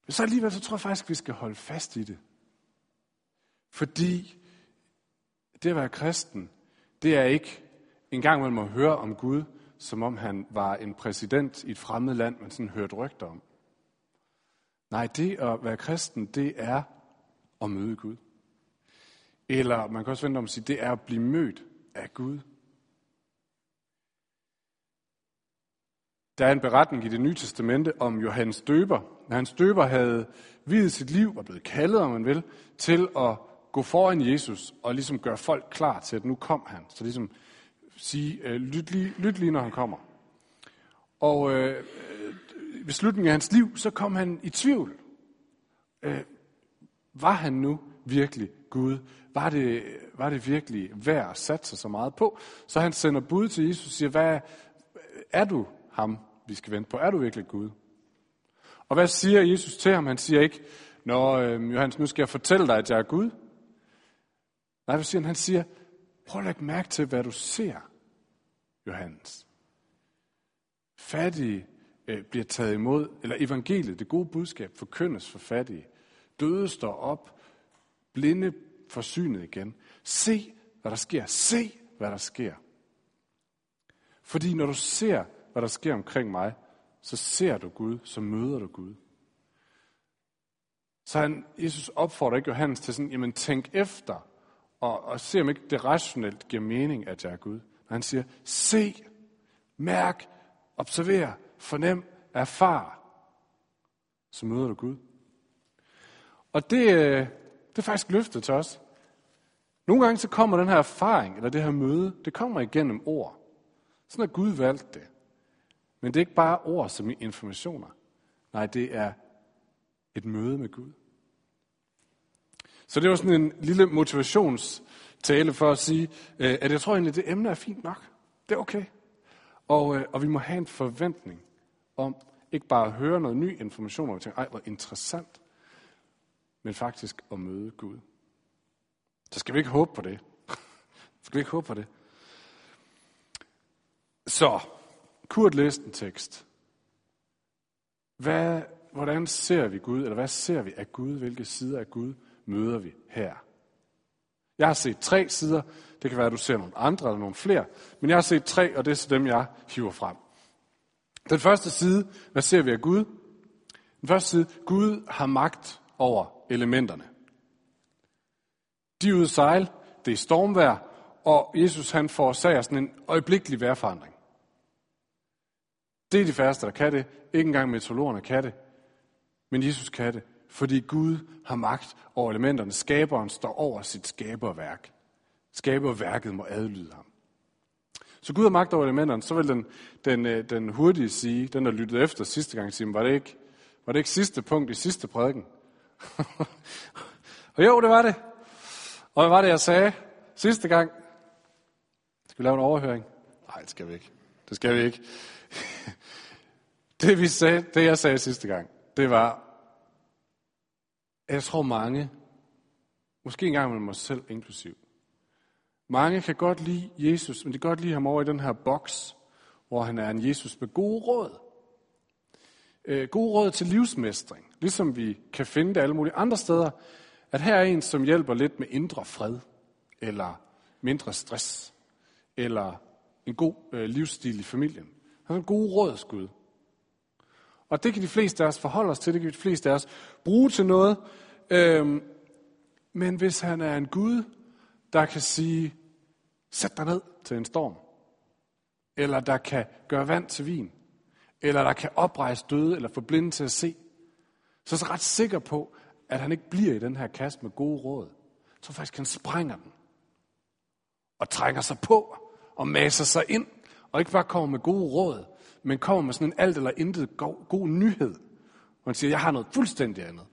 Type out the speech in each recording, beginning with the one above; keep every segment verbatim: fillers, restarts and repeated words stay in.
Men så alligevel, så tror jeg faktisk, at vi skal holde fast i det. Fordi det at være kristen, det er ikke en gang man må høre om Gud, som om han var en præsident i et fremmed land, man sådan hørte rygter om. Nej, det at være kristen, det er at møde Gud. Eller man kan også vente om at sige, det er at blive mødt af Gud. Der er en beretning i Det Nye Testamente om Johannes Døber. Johannes Døber havde viet sit liv og blevet kaldet, om man vil, til at gå foran Jesus og ligesom gøre folk klar til, at nu kom han. Så ligesom sige, øh, lyt, lige, lyt lige, når han kommer. Og øh, ved slutningen af hans liv, så kom han i tvivl. Øh, var han nu virkelig Gud? Var det, var det virkelig værd at satse sig så meget på? Så han sender bud til Jesus og siger, hvad er du ham, vi skal vente på? Er du virkelig Gud? Og hvad siger Jesus til ham? Han siger ikke, nå øh, Johannes, nu skal jeg fortælle dig, at jeg er Gud. Nej, hvad siger han? Han siger, prøv at lægge mærke til, hvad du ser, Johannes. Fattige øh, bliver taget imod, eller evangeliet, det gode budskab, forkyndes for fattige. Døde står op, blinde forsynet igen. Se, hvad der sker. Se, hvad der sker. Fordi når du ser, hvad der sker omkring mig, så ser du Gud, så møder du Gud. Så han, Jesus opfordrer ikke Johannes til sådan, jamen tænk efter, og, og se om ikke det rationelt giver mening, at jeg er Gud. Han siger, se, mærk, observer, fornem, erfar, så møder du Gud. Og det, det er faktisk løftet til os. Nogle gange så kommer den her erfaring, eller det her møde, det kommer igennem ord. Sådan har Gud valgt det. Men det er ikke bare ord som i informationer. Nej, det er et møde med Gud. Så det var sådan en lille motivationstale for at sige, at jeg tror egentlig, det emne er fint nok. Det er okay. Og, og vi må have en forventning om ikke bare at høre noget ny information, og tænke, ej, hvor interessant, men faktisk at møde Gud. Så skal vi ikke håbe på det. Skal vi ikke håbe på det? Så, Kurt læste en tekst. Hvad, hvordan ser vi Gud, eller hvad ser vi af Gud? Hvilke sider af Gud møder vi her? Jeg har set tre sider. Det kan være, at du ser nogle andre eller nogle flere. Men jeg har set tre, og det er så dem, jeg hiver frem. Den første side, hvad ser vi af Gud? Den første side, Gud har magt over elementerne. De er ude at sejle, det er stormvejr, og Jesus han forårsager sådan en øjeblikkelig vejrforandring. Det er de færreste, der kan det. Ikke engang meteorologerne kan det. Men Jesus kan det, fordi Gud har magt over elementerne. Skaberen står over sit skaberværk. Skaberværket må adlyde ham. Så Gud har magt over elementerne, så vil den, den, den hurtige sige, den der lyttede efter sidste gang, sige, var det ikke, var det ikke sidste punkt i sidste prædiken? Og jo, det var det. Og hvad var det, jeg sagde sidste gang? Skal vi lave en overhøring? Nej, det skal vi ikke. Det skal vi ikke. Det, vi sagde, det jeg sagde sidste gang, det var, at jeg tror mange, måske engang med mig selv inklusiv, mange kan godt lide Jesus, men de kan godt lide ham over i den her boks, hvor han er en Jesus med gode råd. Øh, gode råd til livsmestring, ligesom vi kan finde det alle mulige andre steder, at her er en, som hjælper lidt med indre fred, eller mindre stress, eller en god øh, livsstil i familien. Han er en god rådsgud. Og det kan de fleste af os forholde os til, det kan de fleste af os bruge til noget. Øhm, men hvis han er en Gud, der kan sige, sæt dig ned til en storm, eller der kan gøre vand til vin, eller der kan oprejse døde, eller få blinde til at se, så er jeg ret sikker på, at han ikke bliver i den her kasse med gode råd. Jeg tror faktisk, han sprænger den, og trænger sig på, og maser sig ind, og ikke bare kommer med gode råd, men kommer med sådan en alt eller intet god, god nyhed. Og han siger, jeg har noget fuldstændig andet.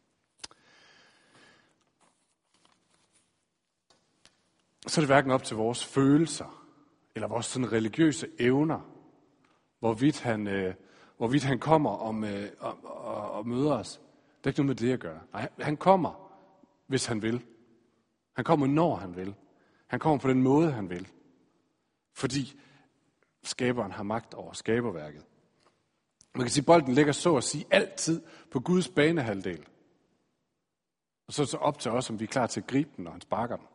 Så er det hverken op til vores følelser, eller vores sådan religiøse evner, hvorvidt han, øh, hvorvidt han kommer om, øh, og, og, og møder os. Det er ikke noget med det at gøre. Nej, han kommer, hvis han vil. Han kommer, når han vil. Han kommer på den måde, han vil. Fordi skaberen har magt over skaberværket. Man kan sige, at bolden ligger så at sige altid på Guds banehalvdel. Og så er det så op til os, om vi er klar til at gribe den, når han sparker den.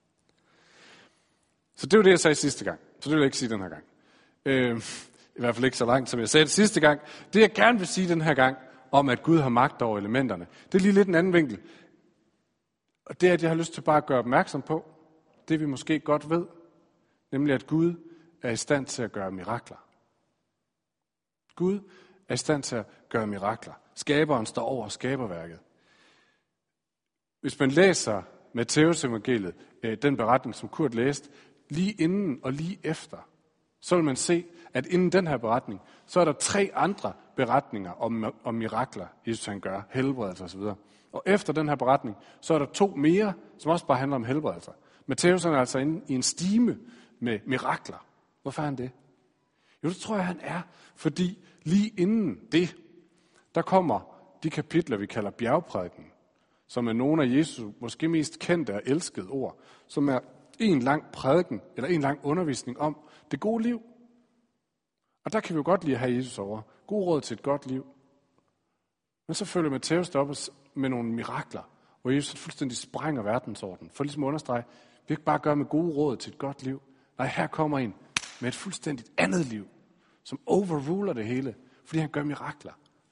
Så det var det, jeg sagde sidste gang. Så det vil jeg ikke sige den her gang. Øh, I hvert fald ikke så langt, som jeg sagde det sidste gang. Det, jeg gerne vil sige den her gang, om at Gud har magt over elementerne, det er lige lidt en anden vinkel. Og det er, at jeg har lyst til bare at gøre opmærksom på, det vi måske godt ved, nemlig at Gud er i stand til at gøre mirakler. Gud er i stand til at gøre mirakler. Skaberen står over skaberværket. Hvis man læser Matteus evangeliet, den beretning, som Kurt læste, lige inden og lige efter, så vil man se, at inden den her beretning, så er der tre andre beretninger om, om mirakler, Jesus han gør, helbredelse osv. Og efter den her beretning, så er der to mere, som også bare handler om helbredelser. Matteus er altså inde i en stime med mirakler. Hvorfor er han det? Jo, det tror jeg, han er, fordi lige inden det, der kommer de kapitler, vi kalder bjergprædiken, som er nogle af Jesus måske mest kendte og elskede ord, som er en lang prædiken, eller en lang undervisning om det gode liv. Og der kan vi jo godt lide at have Jesus over. God råd til et godt liv. Men så følger Matteus op med nogle mirakler, hvor Jesus fuldstændig sprænger verdensordenen, for ligesom at understrege, vi ikke bare gøre med gode råd til et godt liv. Nej, her kommer en med et fuldstændigt andet liv, som overruler det hele, fordi han gør mirakler.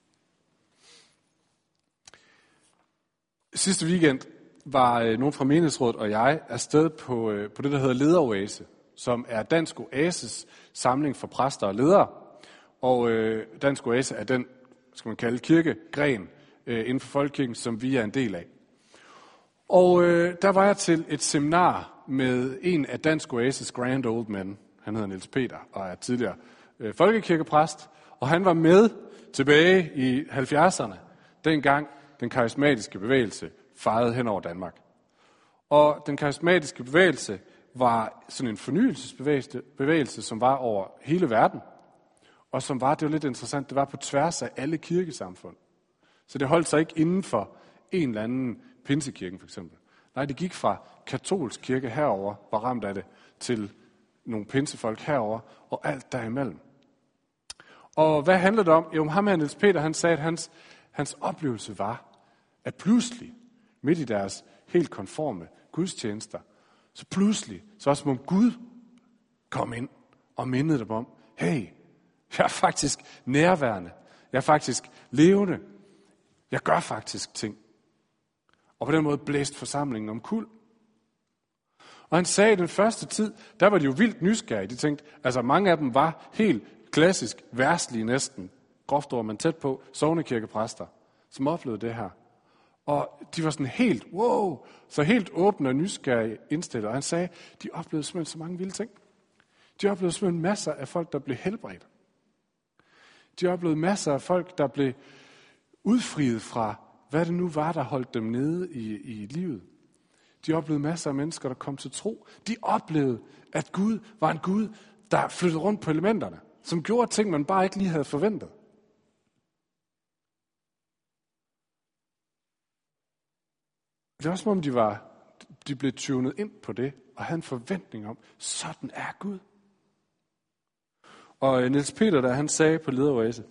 Sidste weekend var øh, nogen fra menighedsrådet og jeg afsted på, øh, på det, der hedder Lederoase, som er Dansk Oases samling for præster og ledere. Og øh, Dansk Oase er den, skal man kalde, kirkegren øh, inden for folkekirken, som vi er en del af. Og øh, der var jeg til et seminar med en af Dansk Oases grand old men. Han hedder Niels Peter og er tidligere øh, folkekirkepræst. Og han var med tilbage i halvfjerdserne, dengang den karismatiske bevægelse fejrede hen over Danmark. Og den karismatiske bevægelse var sådan en fornyelsesbevægelse, bevægelse, som var over hele verden. Og som var, det var lidt interessant, det var på tværs af alle kirkesamfund. Så det holdt sig ikke inden for en eller anden pinsekirken for eksempel. Nej, det gik fra katolsk kirke herover, var ramt af det, til nogle pinsefolk herover og alt derimellem. Og hvad handlede det om? Jo, ham her Niels Peter, han sagde, at hans, hans oplevelse var, at pludselig, midt i deres helt konforme gudstjenester, så pludselig, så også som om Gud kom ind og mindede dem om, hey, jeg er faktisk nærværende, jeg er faktisk levende, jeg gør faktisk ting. Og på den måde blæste forsamlingen om kul. Og han sagde, at den første tid, der var de jo vildt nysgerrige. De tænkte, altså mange af dem var helt klassisk, verslige næsten, groft ord, men tæt på, sognekirkepræster, som oplevede det her. Og de var sådan helt, wow, så helt åbne og nysgerrige indstillet. Og han sagde, de oplevede simpelthen så mange vilde ting. De oplevede simpelthen masser af folk, der blev helbredt. De oplevede masser af folk, der blev udfriet fra, hvad det nu var, der holdt dem nede i, i livet. De oplevede masser af mennesker, der kom til tro. De oplevede, at Gud var en Gud, der flyttede rundt på elementerne, som gjorde ting, man bare ikke lige havde forventet. Det var som om, de, var, de blev tunet ind på det, og havde en forventning om, sådan er Gud. Og Niels Peter, der han sagde på Lederoase,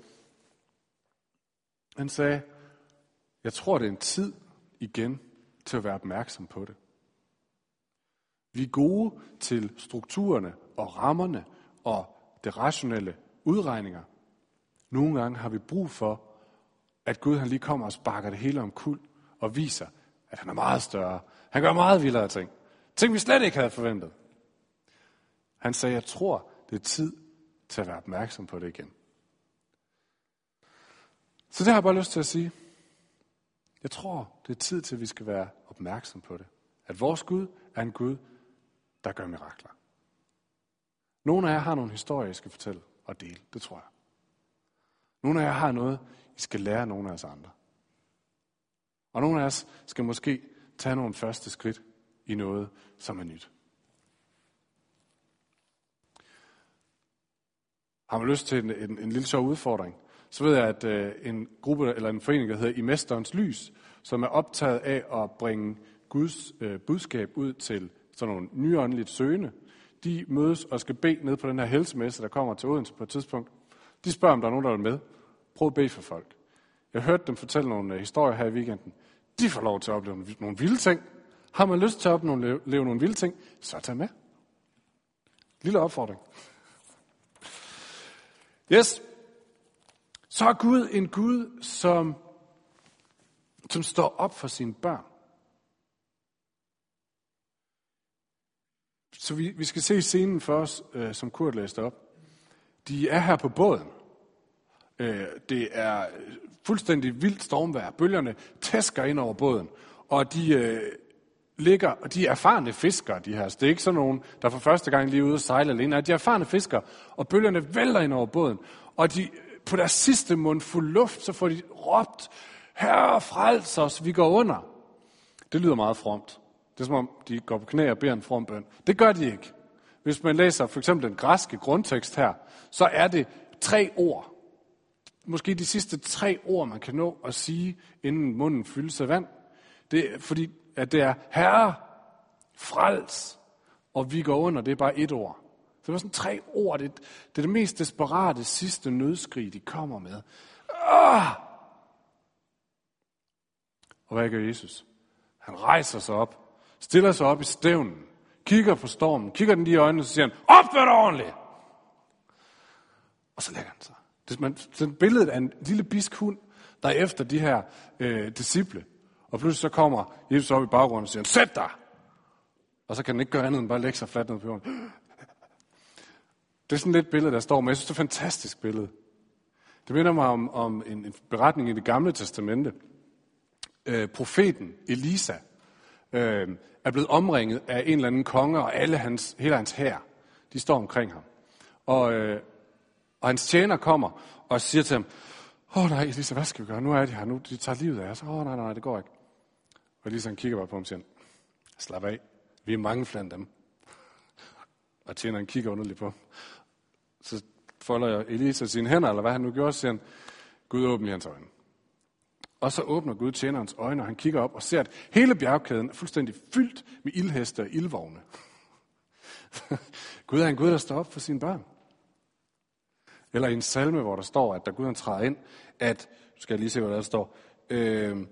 han sagde, jeg tror, det er en tid igen til at være opmærksom på det. Vi er gode til strukturerne og rammerne og det rationelle udregninger. Nogle gange har vi brug for, at Gud han lige kommer og sparker det hele omkuld og viser, at han er meget større. Han gør meget vildere ting. Ting, vi slet ikke havde forventet. Han sagde, jeg tror, det er tid til at være opmærksom på det igen. Så det har jeg bare lyst til at sige. Jeg tror, det er tid til, at vi skal være opmærksom på det. At vores Gud er en Gud, der gør mirakler. Nogle af jer har nogle historier, I skal fortælle og dele. Det tror jeg. Nogle af jer har noget, I skal lære nogle af os andre. Og nogle af os skal måske tage nogle første skridt i noget, som er nyt. Har man lyst til en, en, en lille sjov udfordring, så ved jeg, at øh, en gruppe eller en forening, der hedder I Mesterens Lys, som er optaget af at bringe Guds øh, budskab ud til sådan nogle nyåndeligt søgende, de mødes og skal bede ned på den her helsemesse, der kommer til Odense på et tidspunkt. De spørger, om der er nogen, der vil med. Prøv at bede for folk. Jeg hørte dem fortælle nogle historier her i weekenden. De får lov til at opleve nogle vilde ting. Har man lyst til at opleve nogle vilde ting, så tag med. Lille opfordring. Yes. Så er Gud en Gud, som, som står op for sine børn. Så vi, vi skal se scenen for os, øh, som Kurt læste op. De er her på båden. Øh, det er fuldstændig vildt stormvejr. Bølgerne tæsker ind over båden. Og de øh, ligger, og de er erfarne fiskere, de her. Så det er ikke sådan nogen, der for første gang lige ude og sejler alene. De er erfarne fiskere, og bølgerne vælter ind over båden. Og de, på deres sidste mundfuld luft, så får de råbt, Herre, frels os, vi går under. Det lyder meget fromt. Det er som om, de går på knæ og beder en from bøn. Det gør de ikke. Hvis man læser for eksempel den græske grundtekst her, så er det tre ord. Måske de sidste tre ord, man kan nå at sige, inden munden fyldes af vand. Det er, fordi at det er Herre, frels, og vi går under. Det er bare et ord. Så det var sådan tre ord. Det, det er det mest desperate sidste nødskrig, de kommer med. Ah! Og hvad gør Jesus? Han rejser sig op, stiller sig op i stævnen, kigger på stormen, kigger den lige i øjnene, og så siger han, opfør dig ordentligt! Og så lægger han sig. Det er man, sådan et billede af en lille bisk hund, der er efter de her øh, disciple. Og pludselig så kommer Jesus op i baggrunden og siger, sæt dig! Og så kan den ikke gøre andet end bare lægge sig fladt ned på jorden. Det er sådan lidt billede, der står med. Jeg synes, det er et fantastisk billede. Det minder mig om, om en, en beretning i Det Gamle Testamente. Øh, profeten Elisa øh, er blevet omringet af en eller anden konge, og alle hans, hele hans hær, de står omkring ham. Og, øh, og hans tjener kommer og siger til ham, åh oh, nej, Elisa, hvad skal vi gøre? Nu er de her, nu de tager livet af os. Åh oh, nej, nej, det går ikke. Og Elisa han kigger bare på ham og siger, slap af, vi er mange blandt dem. Og tjeneren kigger underligt på ham. Så folder Elisa sine hænder, eller hvad han nu gjorde, og siger han, Gud åbner hans øjne. Og så åbner Gud tjenerens øjne, og han kigger op og ser, at hele bjergkæden er fuldstændig fyldt med ildheste og ildvogne. Gud er en Gud, der står op for sine børn. Eller i en salme, hvor der står, at da Gud han træder ind, at, skal jeg lige se, hvad der står, øh,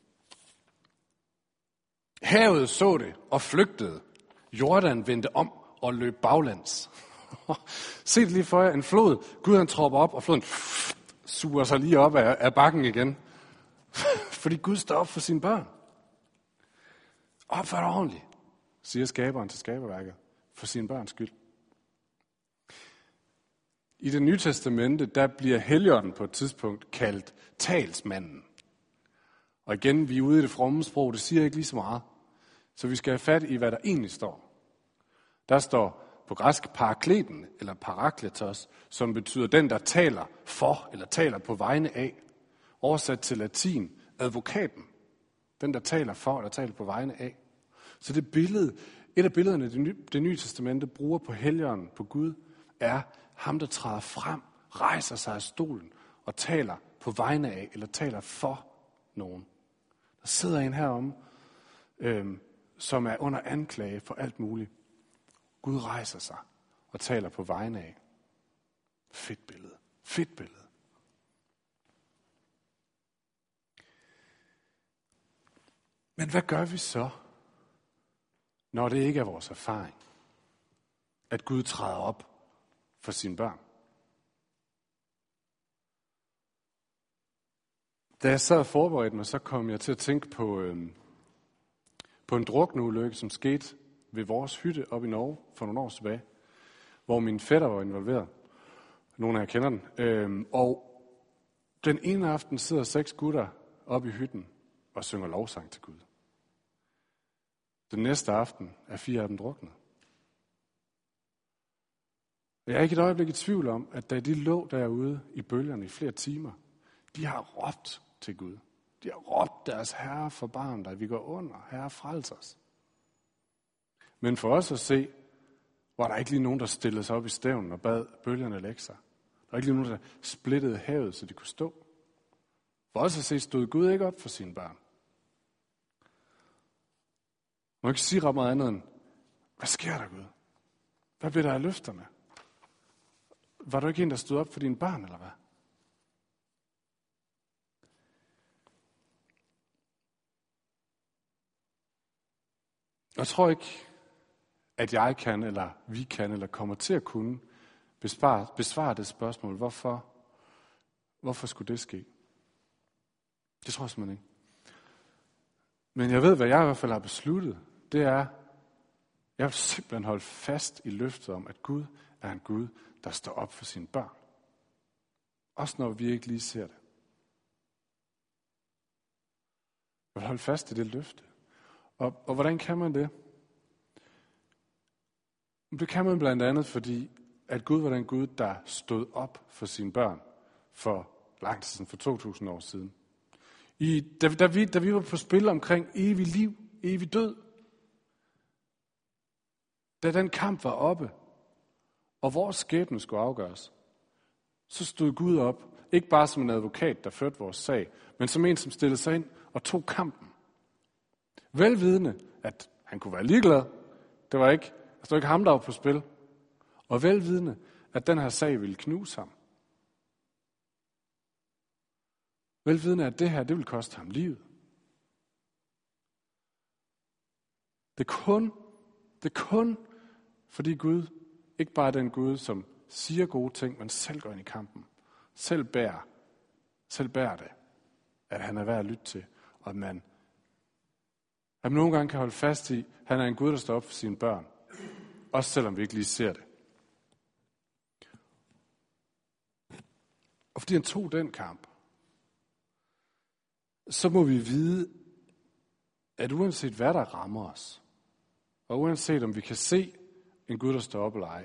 havet så det og flygtede. Jordan vendte om og løb baglands. Se det lige for jer, en flod. Gud han tropper op, og floden suger sig lige op af, af bakken igen. Fordi Gud står op for sine børn. Opfør dig ordentligt, siger skaberen til skaberværket, for sine børns skyld. I Det Nye Testamente, der bliver Helligånden på et tidspunkt kaldt talsmanden. Og igen, vi er ude i det fromme sprog, det siger ikke lige så meget. Så vi skal have fat i, hvad der egentlig står. Der står på græsk parakleten, eller parakletos, som betyder den, der taler for, eller taler på vegne af. Oversat til latin, advokaten. Den, der taler for, eller taler på vegne af. Så det billede, et af billederne, det nye, det nye testamente bruger på Helligånden, på Gud, er ham, der træder frem, rejser sig af stolen og taler på vegne af, eller taler for nogen. Der sidder en heromme, øhm, som er under anklage for alt muligt. Gud rejser sig og taler på vegne af. Fedt billede. Fedt billede. Men hvad gør vi så, når det ikke er vores erfaring, at Gud træder op for sine børn? Da jeg sad og forberedte mig, så kom jeg til at tænke på, øhm, på en drukneulykke, som skete ved vores hytte op i Norge for nogle år tilbage, hvor min fætter var involveret. Nogle af jer kender den. Øhm, og den ene aften sidder seks gutter oppe i hytten og synger lovsang til Gud. Den næste aften er fire af dem druknet. Jeg er ikke et øjeblik i tvivl om, at da de lå derude i bølgerne i flere timer, de har råbt til Gud. De har råbt deres Herre, forbarm dig, vi går under, Herre, frels os. Men for os at se, var der ikke lige nogen, der stillede sig op i stævnen og bad bølgerne lægge sig. Der var ikke lige nogen, der splittede havet, så de kunne stå. For os at se, stod Gud ikke op for sine børn. Man kan ikke sige ret meget andet end, hvad sker der, Gud? Hvad bliver der af løfterne? Var du ikke en, der stod op for dine børn, eller hvad? Jeg tror ikke, at jeg kan, eller vi kan, eller kommer til at kunne besvare, besvare det spørgsmål. Hvorfor? Hvorfor skulle det ske? Det tror jeg simpelthen ikke. Men jeg ved, hvad jeg i hvert fald har besluttet. Det er, jeg vil simpelthen holde fast i løftet om, at Gud er en Gud, der står op for sine børn. Også når vi ikke lige ser det. Jeg vil holde fast i det løfte. Og, og hvordan kan man det? Det kan man blandt andet, fordi at Gud var den Gud, der stod op for sine børn for lang tid siden, for to tusind år siden. I, da, da, vi, da vi var på spil omkring evig liv, evig død, da den kamp var oppe, og vores skæbne skulle afgøres, så stod Gud op, ikke bare som en advokat, der førte vores sag, men som en, som stillede sig ind og tog kampen. Velvidende, at han kunne være ligeglad. Det var ikke, altså det var ikke ham, der var på spil. Og velvidende, at den her sag ville knuse ham. Velvidende, at det her, det ville koste ham livet. Det er kun, det er kun, fordi Gud ikke bare er den Gud, som siger gode ting, men selv går ind i kampen. Selv bærer, selv bærer det, at han er værd at lytte til, og at man, at man nogle gange kan holde fast i, at han er en Gud, der står op for sine børn. Også selvom vi ikke lige ser det. Og fordi han tog den kamp, så må vi vide, at uanset hvad der rammer os, og uanset om vi kan se en Gud, der står op eller ej,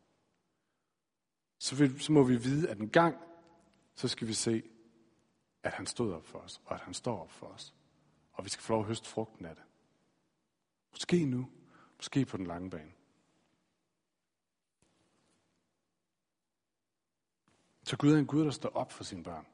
så, vi, så må vi vide, at en gang, så skal vi se, at han stod op for os, og at han står op for os. Og vi skal få lov at høste frugten af det. Måske nu, måske på den lange bane. Så Gud er en Gud, der står op for sine børn.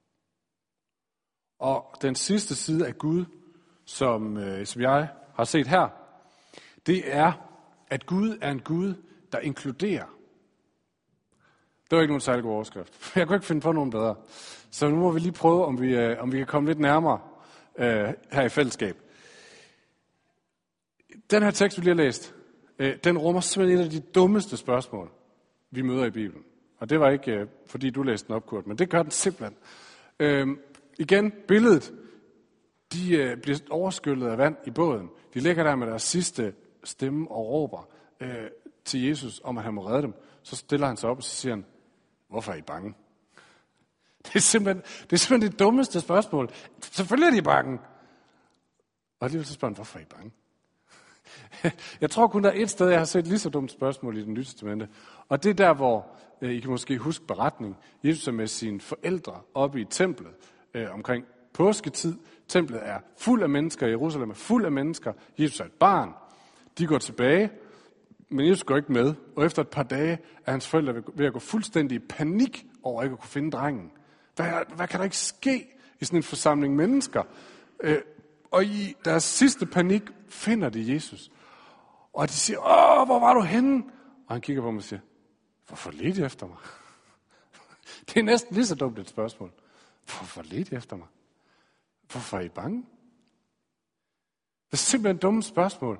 Og den sidste side af Gud, som, øh, som jeg har set her, det er, at Gud er en Gud, der inkluderer. Det var ikke nogen særlig god overskrift. Jeg kunne ikke finde på nogen bedre. Så nu må vi lige prøve, om vi, øh, om vi kan komme lidt nærmere øh, her i fællesskab. Den her tekst, vi lige har læst, øh, den rummer simpelthen et af de dummeste spørgsmål, vi møder i Bibelen. Og det var ikke, øh, fordi du læste den op, Kurt, men det gør den simpelthen. Øh, igen, billedet, de øh, bliver overskyllet af vand i båden. De ligger der med deres sidste stemme og råber øh, til Jesus om, at han må redde dem. Så stiller han sig op, og så siger han, hvorfor er I bange? Det er simpelthen det, er simpelthen det dummeste spørgsmål. Selvfølgelig er de bange. Og alligevel så spørger han, hvorfor er I bange? Jeg tror kun, der er et sted, jeg har set lige så dumt spørgsmål i Det Nye Testamente. Og det er der, hvor, øh, I kan måske huske beretningen, Jesus er med sine forældre oppe i templet øh, omkring påsketid. Templet er fuld af mennesker, Jerusalem er fuld af mennesker. Jesus er et barn. De går tilbage, men Jesus går ikke med. Og efter et par dage er hans forældre ved at gå fuldstændig i panik over ikke at kunne finde drengen. Hvad, hvad kan der ikke ske i sådan en forsamling mennesker? Øh, og i deres sidste panik finder de Jesus. Og de siger, åh, hvor var du henne? Og han kigger på mig og siger, hvorfor ledte I efter mig? Det er næsten lige så dumt et spørgsmål. Hvorfor ledte I efter mig? Hvorfor er I bange? Det er simpelthen et dumt spørgsmål.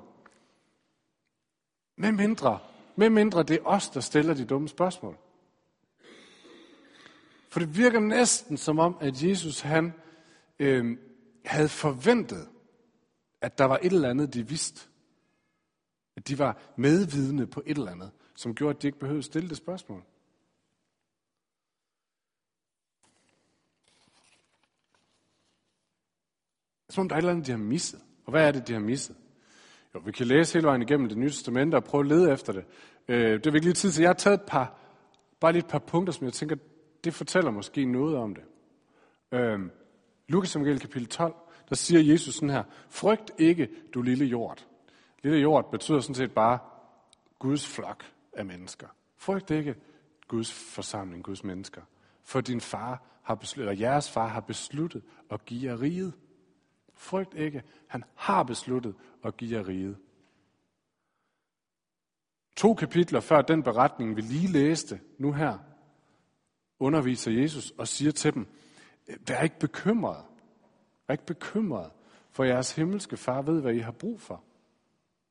Med mindre, med mindre det er os, der stiller de dumme spørgsmål. For det virker næsten som om, at Jesus han øh, havde forventet, at der var et eller andet, de vidste. At de var medvidende på et eller andet, som gjorde, at de ikke behøvede at stille det spørgsmål. Som om der er et eller andet, de har misset. Og hvad er det, de har misset? Jo, vi kan læse hele vejen igennem Det Nye Testamente og prøve at lede efter det. Øh, det er virkelig tid til. Jeg har taget et par, bare lige et par punkter, som jeg tænker, det fortæller måske noget om det. Øh, Lukas evangeliet kapitel tolv, der siger Jesus sådan her, frygt ikke, du lille jord. Lille jord betyder sådan set bare Guds flok af mennesker. Frygt ikke Guds forsamling, Guds mennesker. For din far har besluttet, eller jeres far har besluttet at give jer riget. Frygt ikke, han har besluttet at give jer riget. To kapitler før den beretning, vi lige læste nu her, underviser Jesus og siger til dem, vær ikke bekymret. Vær ikke bekymret, for jeres himmelske far ved, hvad I har brug for.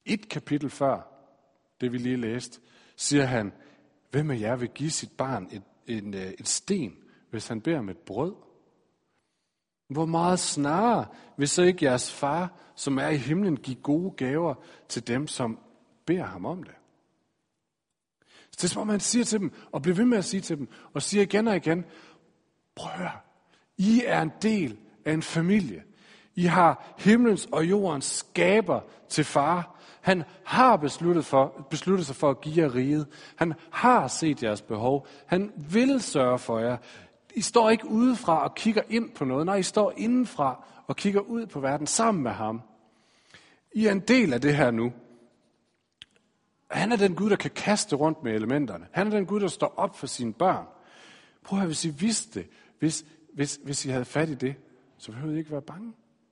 Et kapitel før, det vi lige læste, siger han, hvem af jer vil give sit barn et, en, et sten, hvis han beder om et brød? Hvor meget snarere vil så ikke jeres far, som er i himlen, give gode gaver til dem, som beder ham om det? Så det er som om han siger til dem, og bliver ved med at sige til dem, og siger igen og igen, prøv at høre, I er en del af en familie. I har himlens og jordens skaber til far. Han har besluttet, for, besluttet sig for at give jer riget. Han har set jeres behov. Han vil sørge for jer. I står ikke udefra og kigger ind på noget. Nej, I står indenfra og kigger ud på verden sammen med ham. I er en del af det her nu. Han er den Gud, der kan kaste rundt med elementerne. Han er den Gud, der står op for sine børn. Prøv at høre, hvis I vidste det, hvis, hvis, hvis I havde fat i det, så behøvede I ikke være bange.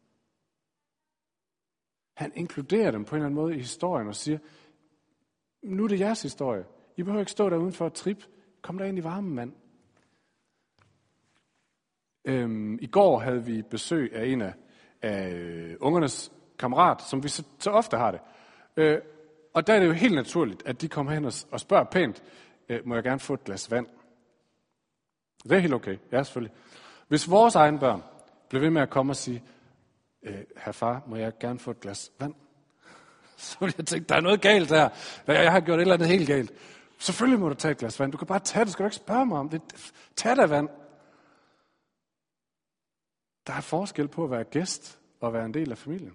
Han inkluderer dem på en eller anden måde i historien og siger, nu er det jeres historie. I behøver ikke stå der udenfor og trip. Kom der ind i varmen, mand. Øhm, I går havde vi besøg af en af, af øh, ungernes kammerat, som vi så, så ofte har det. Øh, og der er det jo helt naturligt, at de kommer hen og, og spørger pænt, øh, må jeg gerne få et glas vand? Det er helt okay, ja selvfølgelig. Hvis vores egne børn bliver ved med at komme og sige, øh, herr far, må jeg gerne få et glas vand? Så vil jeg tænke, der er noget galt der. Jeg har gjort et eller andet helt galt. Selvfølgelig må du tage et glas vand. Du kan bare tage det, du skal du ikke spørge mig om det. Tag dig vand. Der er forskel på at være gæst og være en del af familien.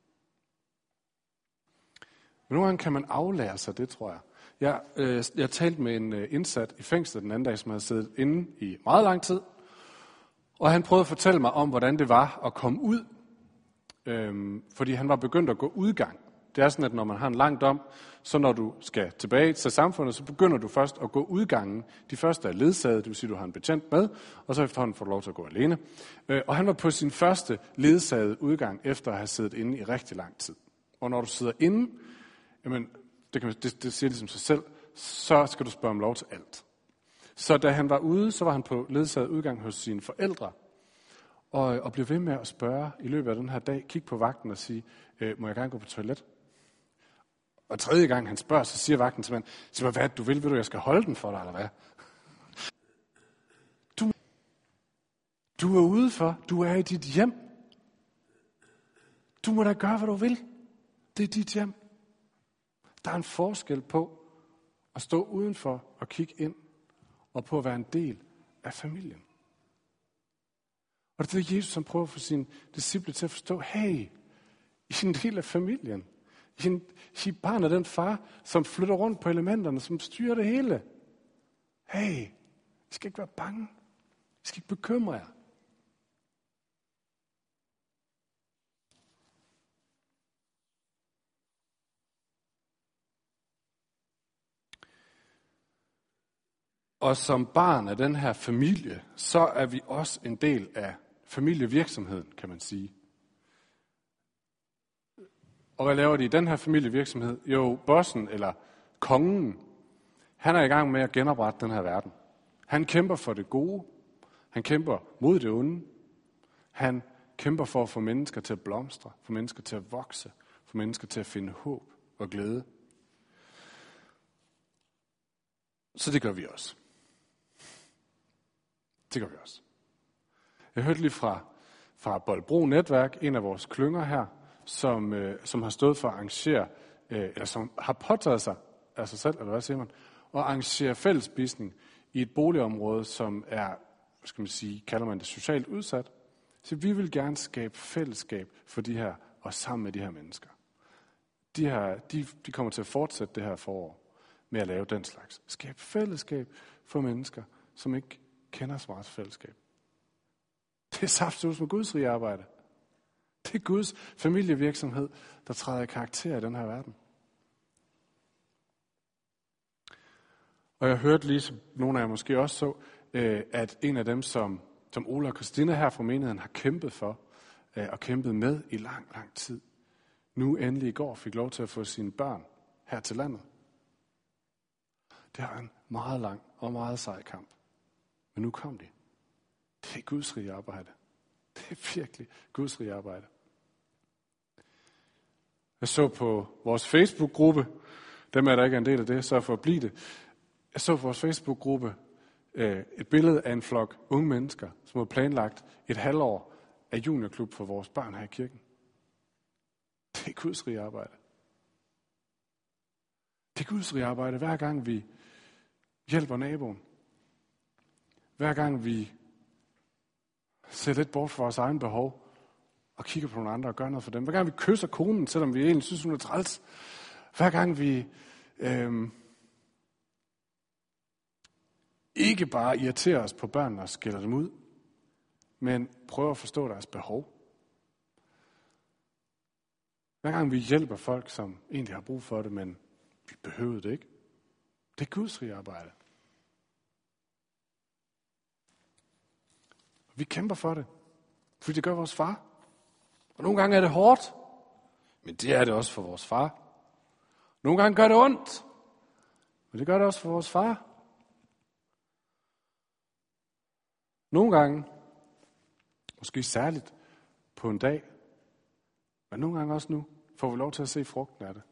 Men nogle gange kan man aflære sig det, tror jeg. Jeg, øh, jeg talte med en øh, indsat i fængslet den anden dag, som havde siddet inde i meget lang tid. Og han prøvede at fortælle mig om, hvordan det var at komme ud. Øh, fordi han var begyndt at gå udgang. Det er sådan, at når man har en lang dom, så når du skal tilbage til samfundet, så begynder du først at gå udgangen. De første er ledsaget, det vil sige, at du har en betjent med, og så efterhånden får du lov til at gå alene. Og han var på sin første ledsagede udgang, efter at have siddet inde i rigtig lang tid. Og når du sidder inde, jamen, det, kan man, det, det siger ligesom sig selv, så skal du spørge om lov til alt. Så da han var ude, så var han på ledsaget udgang hos sine forældre, og, og blev ved med at spørge i løbet af den her dag, kigge på vagten og sige, øh, må jeg gerne gå på toilet? Og tredje gang han spørger, så siger vagten til mig, sig mig, hvad du vil, vil du, jeg skal holde den for dig, eller hvad? Du, du er ude for, du er i dit hjem. Du må da gøre, hvad du vil. Det er dit hjem. Der er en forskel på at stå udenfor og kigge ind, og på at være en del af familien. Og det er det, Jesus som prøver at få sine disciple til at forstå, hey, I er en del af familien. I er, en, I er barn af den far, som flytter rundt på elementerne, som styrer det hele. Hey, I skal ikke være bange. I skal ikke bekymre jer. Og som barn af den her familie, så er vi også en del af familievirksomheden, kan man sige. Og hvad laver de i den her familievirksomhed? Jo, bossen eller kongen, han er i gang med at genoprette den her verden. Han kæmper for det gode. Han kæmper mod det onde. Han kæmper for at få mennesker til at blomstre, få mennesker til at vokse, få mennesker til at finde håb og glæde. Så det gør vi også. Det gør vi også. Jeg hørte lige fra, fra Boldbro Netværk, en af vores klynger her, som, øh, som har stået for at arrangere, øh, eller som har påtaget sig af sig selv, eller hvad siger man, at arrangere fællesspisning i et boligområde, som er, hvad skal man sige, kalder man det socialt udsat. Så vi vil gerne skabe fællesskab for de her, og sammen med de her mennesker. De, her, de, de kommer til at fortsætte det her forår med at lave den slags. Skabe fællesskab for mennesker, som ikke kender så meget fællesskab. Det er saftsus med Guds rige arbejde. Det er Guds familievirksomhed, der træder i karakter i den her verden. Og jeg hørte lige, som nogle af jer måske også så, at en af dem, som, som Ola og Christina her fra menigheden har kæmpet for, og kæmpet med i lang, lang tid, nu endelig i går fik lov til at få sine børn her til landet. Det har en meget lang og meget sej kamp. Men nu kom de. Det er Guds rige arbejde. Det er virkelig Guds rige arbejde. Jeg så på vores Facebook-gruppe, dem er der ikke en del af det, så for at blive det. Jeg så på vores Facebook-gruppe øh, et billede af en flok unge mennesker, som havde planlagt et halvår af juniorklub for vores børn her i kirken. Det er Guds rige arbejde. Det er Guds rige arbejde, hver gang vi hjælper naboen. Hver gang vi ser lidt bort fra vores egen behov og kigger på nogle andre og gør noget for dem. Hver gang vi kysser konen, selvom vi egentlig synes, hun er træls. Hver gang vi øh, ikke bare irriterer os på børnene og skælder dem ud, men prøver at forstå deres behov. Hver gang vi hjælper folk, som egentlig har brug for det, men vi behøver det ikke. Det er Guds rige arbejde. Vi kæmper for det, fordi det gør vores far. Og nogle gange er det hårdt, men det er det også for vores far. Nogle gange gør det ondt, men det gør det også for vores far. Nogle gange, måske særligt på en dag, men nogle gange også nu, får vi lov til at se frugten af det.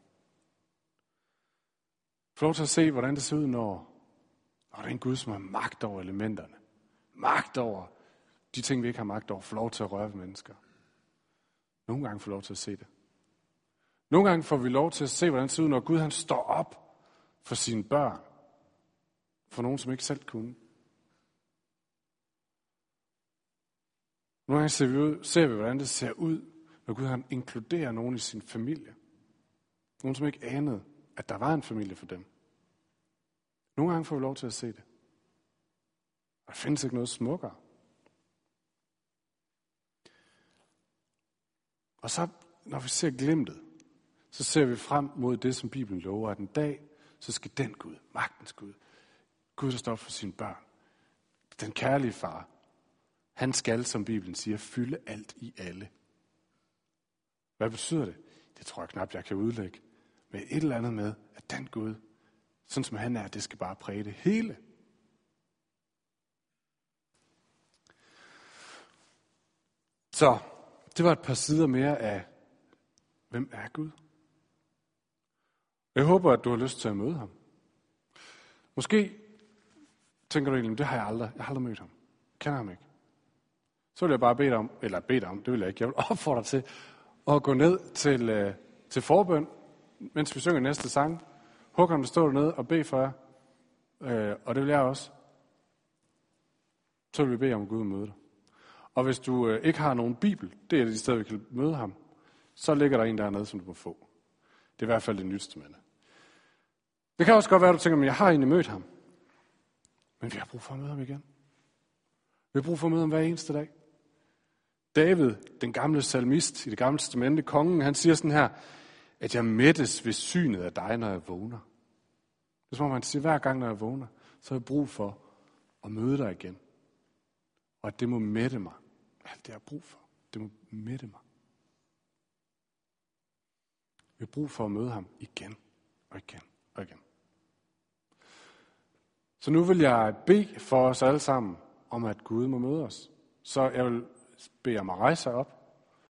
Får lov til at se, hvordan det ser ud, når, når det er en Gud, som har magt over elementerne. Magt over de ting, vi ikke har magt over. Får lov til at røre ved mennesker. Nogle gange får vi lov til at se det. Nogle gange får vi lov til at se, hvordan det ser ud, når Gud han står op for sine børn. For nogen, som ikke selv kunne. Nogle gange ser vi, ud, ser vi hvordan det ser ud, når Gud han inkluderer nogen i sin familie. Nogen, som ikke anede, at der var en familie for dem. Nogle gange får vi lov til at se det. Og der findes ikke noget smukkere. Og så, når vi ser glimtet, så ser vi frem mod det, som Bibelen lover, at en dag, så skal den Gud, magtens Gud, Gud, der står for sine børn, den kærlige far, han skal, som Bibelen siger, fylde alt i alle. Hvad betyder det? Det tror jeg knap, jeg kan udlægge. Men et eller andet med, at den Gud, sådan som han er, det skal bare præge det hele. Så, det var et par sider mere af, hvem er Gud? Jeg håber, at du har lyst til at møde ham. Måske tænker du egentlig, det har jeg aldrig. Jeg har aldrig mødt ham. Jeg kender ham ikke. Så vil jeg bare bede dig om, eller bede dig om, det vil jeg ikke. Jeg vil opfordre dig til at gå ned til, øh, til forbøn, mens vi synger næste sang. Håkon, der står dernede og bede for jer. Øh, og det vil jeg også. Så vil vi bede om Gud at møde dig. Og hvis du øh, ikke har nogen bibel, det er de steder, vi kan møde ham, så ligger der en dernede, som du må få. Det er i hvert fald det nyeste med det. Det kan også godt være, at du tænker, at jeg har egentlig mødt ham. Men vi har brug for at møde ham igen. Vi har brug for at møde ham hver eneste dag. David, den gamle salmist i det gamle testamente, kongen, han siger sådan her, at jeg mættes ved synet af dig, når jeg vågner. Det er som om han siger, hver gang, når jeg vågner, så har jeg brug for at møde dig igen. Og at det må mætte mig. Alt det, jeg har brug for, det må mætte mig. Vi har brug for at møde ham igen og igen og igen. Så nu vil jeg bede for os alle sammen om, at Gud må møde os. Så jeg vil bede om at rejse sig op.